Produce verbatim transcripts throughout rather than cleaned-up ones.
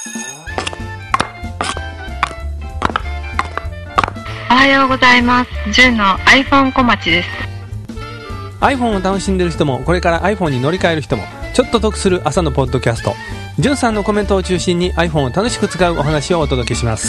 おはようございます。じゅんの iPhone 小町です。 iPhone を楽しんでる人もこれから iPhone に乗り換える人もちょっと得する朝のポッドキャスト、じゅんさんのコメントを中心に iPhone を楽しく使うお話をお届けします。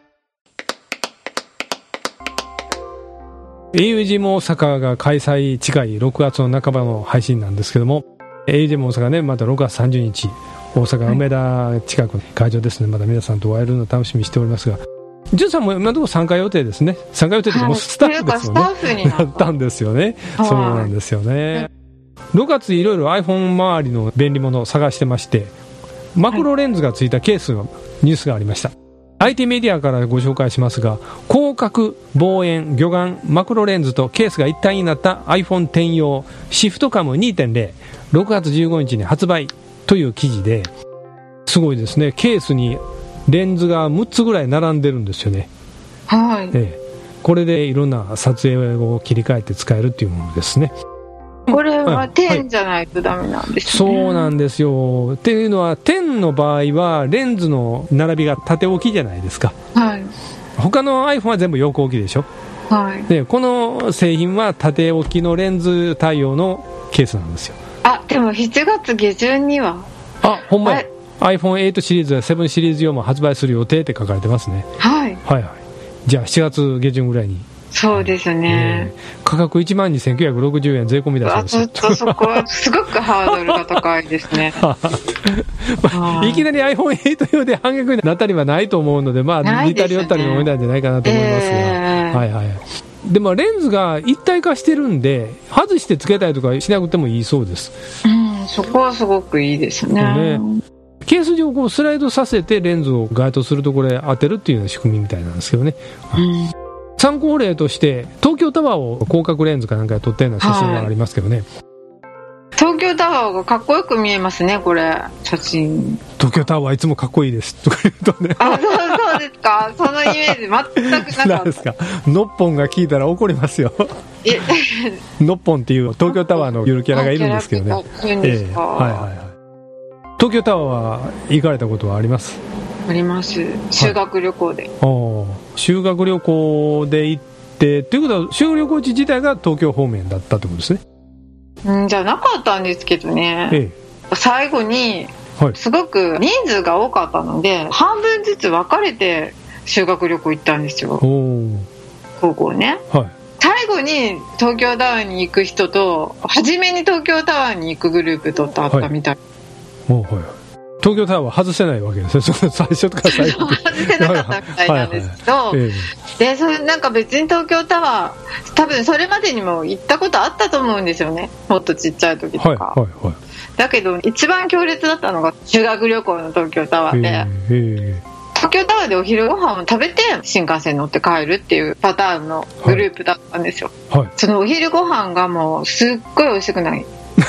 エーユージェム 大阪が開催近いろくがつの半ばの配信なんですけども、 エーユージェム 大阪ね、またろくがつさんじゅうにち大阪梅田近くの会場ですね。まだ皆さんと会えるのを楽しみにしておりますが、じゅんさんも今のところ参加予定ですね。参加予定というかもうスタッフですよね、はい、スタッフになったんですよね。そうなんですよね。ろくがついろいろ iPhone 周りの便利物を探してまして、マクロレンズがついたケースのニュースがありました。 アイティー メディアからご紹介しますが、広角望遠魚眼マクロレンズとケースが一体になった iPhone テン用シフトカム にてんゼロ ろくがつじゅうごにちに発売という記事で、すごいですね。ケースにレンズがむっつぐらい並んでるんですよね。 はい、 ええ、これでいろんな撮影を切り替えて使えるっていうものですね。 これはじゅうじゃないとダメなんですね、はい、そうなんですよ。っていうのはじゅうの場合はレンズの並びが縦置きじゃないですか、 はい、 他の iPhone は全部横置きでしょ、 はい、 でこの製品は縦置きのレンズ対応のケースなんですよ。 あ、でもしちがつげじゅんには、 あ、ほんまや、アイフォンエイト シリーズやセブンシリーズ用も発売する予定って書かれてますね。 はい、 はいはい。じゃあしちがつげじゅんぐらいに。 そうですね、 えー、価格いちまんにせんきゅうひゃくろくじゅうえん税込みだそうです。 ちょっとそこはすごくハードルが高いですね、まあ、いきなり アイフォンエイト 用で半額になったりはないと思うので、まあ似たり寄ったりのお値段じゃないかなと思いますが、えー、はいはい。でもレンズが一体化してるんで外してつけたりとかしなくてもいいそうです。 うん、そこはすごくいいです ね, ね。 ケース上こうスライドさせてレンズを該当するところへ当てるっていうような仕組みみたいなんですけどね、うん、参考例として東京タワーを広角レンズかなんかで撮ったような写真がありますけどね、はい、 東京タワーがかっこよく見えますね。これ写真、 東京タワーいつもかっこいいですとか言うとね、 あ、そう、そうですか。そのイメージ全くなかったなんですか。ノッポンが聞いたら怒りますよノッポンっていう東京タワーのゆるキャラがいるんですけどね、 いるんですか、えー、はいはいはい。 東京タワーは行かれたことはあります？ あります。修学旅行で、 はい、修学旅行で行ってということは修学旅行地自体が東京方面だったってことですね。 うん、じゃなかったんですけどね、ええ、最後にすごく人数が多かったので、はい、半分ずつ分かれて修学旅行行ったんですよ、高校ね、はい、最後に東京タワーに行く人と初めに東京タワーに行くグループとあったみたい、はい、お、はい、 東京タワーは外せないわけですね。最初から最後外せなかったみたいなんですけど、はいはいはい、でそれなんか別に東京タワー多分それまでにも行ったことあったと思うんですよね、もっとちっちゃい時とか、はいはいはい、だけど一番強烈だったのが修学旅行の東京タワーで、えー、東京タワーでお昼ご飯を食べて新幹線乗って帰るっていうパターンのグループだったんですよ、はいはい、そのお昼ご飯がもうすっごい美味しくない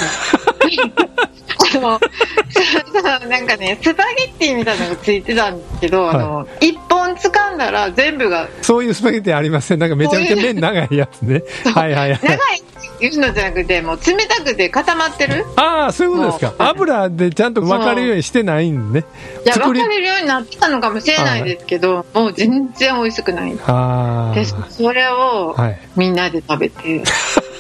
あのなんかねスパゲッティみたいなのがついてたんですけど、はい、あの一本掴んだら全部がそういうスパゲッティありません？なんかめちゃめちゃ麺長いやつねはいはいはい、 長いっていうのじゃなくてもう冷たくて固まってる。 ああ、そういうことですか。油でちゃんと分かれるようにしてないんでね。 いや分かれるようになってたのかもしれないですけど、もう全然美味しくない。あでそれをみんなで食べて、はい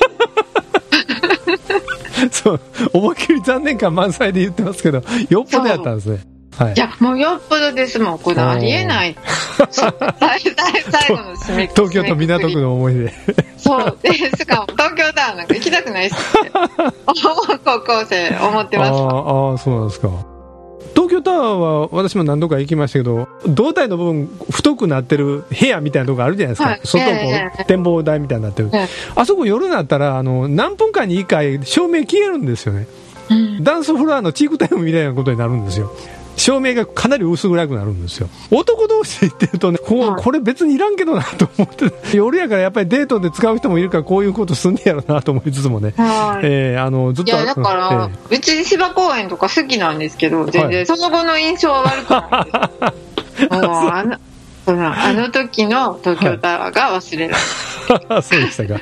そう思いっきり残念感満載で言ってますけど、よっぽどやったんですね。はい、 いやもうよっぽどです。もんこれありえない最後の締め東京都港区の思い出そうでしかも東京タワーなんか行きたくないしって高校生思ってます。 ああ、そうなんですか。東京タワーは私も何度か行きましたけど、胴体の部分太くなってる部屋みたいなとこあるじゃないですか、はい、外こう、えー、展望台みたいになってる、えー、あそこ夜になったらあの何分間にいっかい照明消えるんですよね、うん、ダンスフロアのチークタイムみたいなことになるんですよ。照明がかなり薄暗くなるんですよ。男同士で行ってるとね、こ, これ別にいらんけどなと思って夜やからやっぱりデートで使う人もいるからこういうことすんねやろなと思いつつもね、はいえー、あのずっといやだから、えー、うち芝公園とか好きなんですけど全然、はい、その後の印象は悪くないですもうあの, あの時の東京タワーが忘れられない、 はい、そうでしたか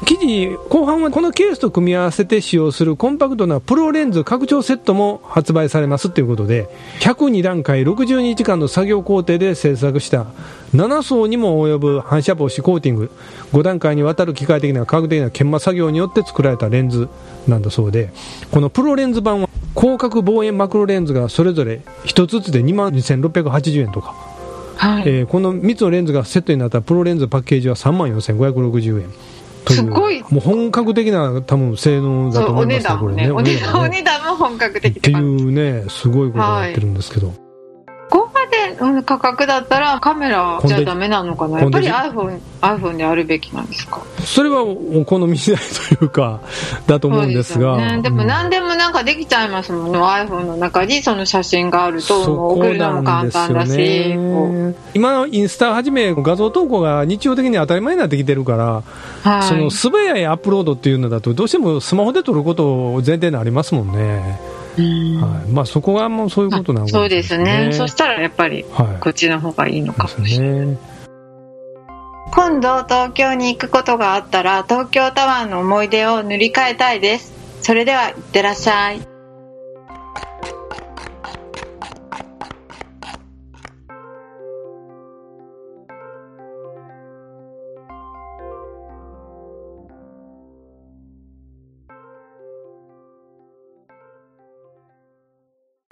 記事後半はこのケースと組み合わせて使用するコンパクトなプロレンズ拡張セットも発売されますということで、ひゃくにだんかいろくじゅうにちかんの作業工程で制作したななそうにも及ぶ反射防止コーティング、ごだんかいにわたる機械的な科学的な研磨作業によって作られたレンズなんだそうで、このプロレンズ版は広角望遠マクロレンズがそれぞれひとつずつでにまんにせんろっぴゃくはちじゅうえんとか、はい、えー、このみっつのレンズがセットになったプロレンズパッケージはさんまんよんせんごひゃくろくじゅうえんという、すごいもう本格的な多分性能だと思いますね。これね、 お値段もね、お値段も本格的っていうね、すごいことになってるんですけど、はい、 ここまで価格だったらカメラじゃダメなのかな。やっぱり iPhone, iPhone であるべきなんですか。 それはお好み次第というかだと思うんですが、 で, す、ね、でも何でもなんかできちゃいますもんね、うん、iPhone の中にその写真があると送るのも簡単だし、ね、 今インスタはじめ画像投稿が日常的に当たり前になってきてるから、はい、その素早いアップロードっていうのだとどうしてもスマホで撮ることを前提になりますもんね。うん、はい、まあ、そこがもうそういうことなのかもしれないですね。そうですね。そしたらやっぱりこっちの方がいいのかもしれない、はいね、今度東京に行くことがあったら東京タワーの思い出を塗り替えたいです。それではいってらっしゃい。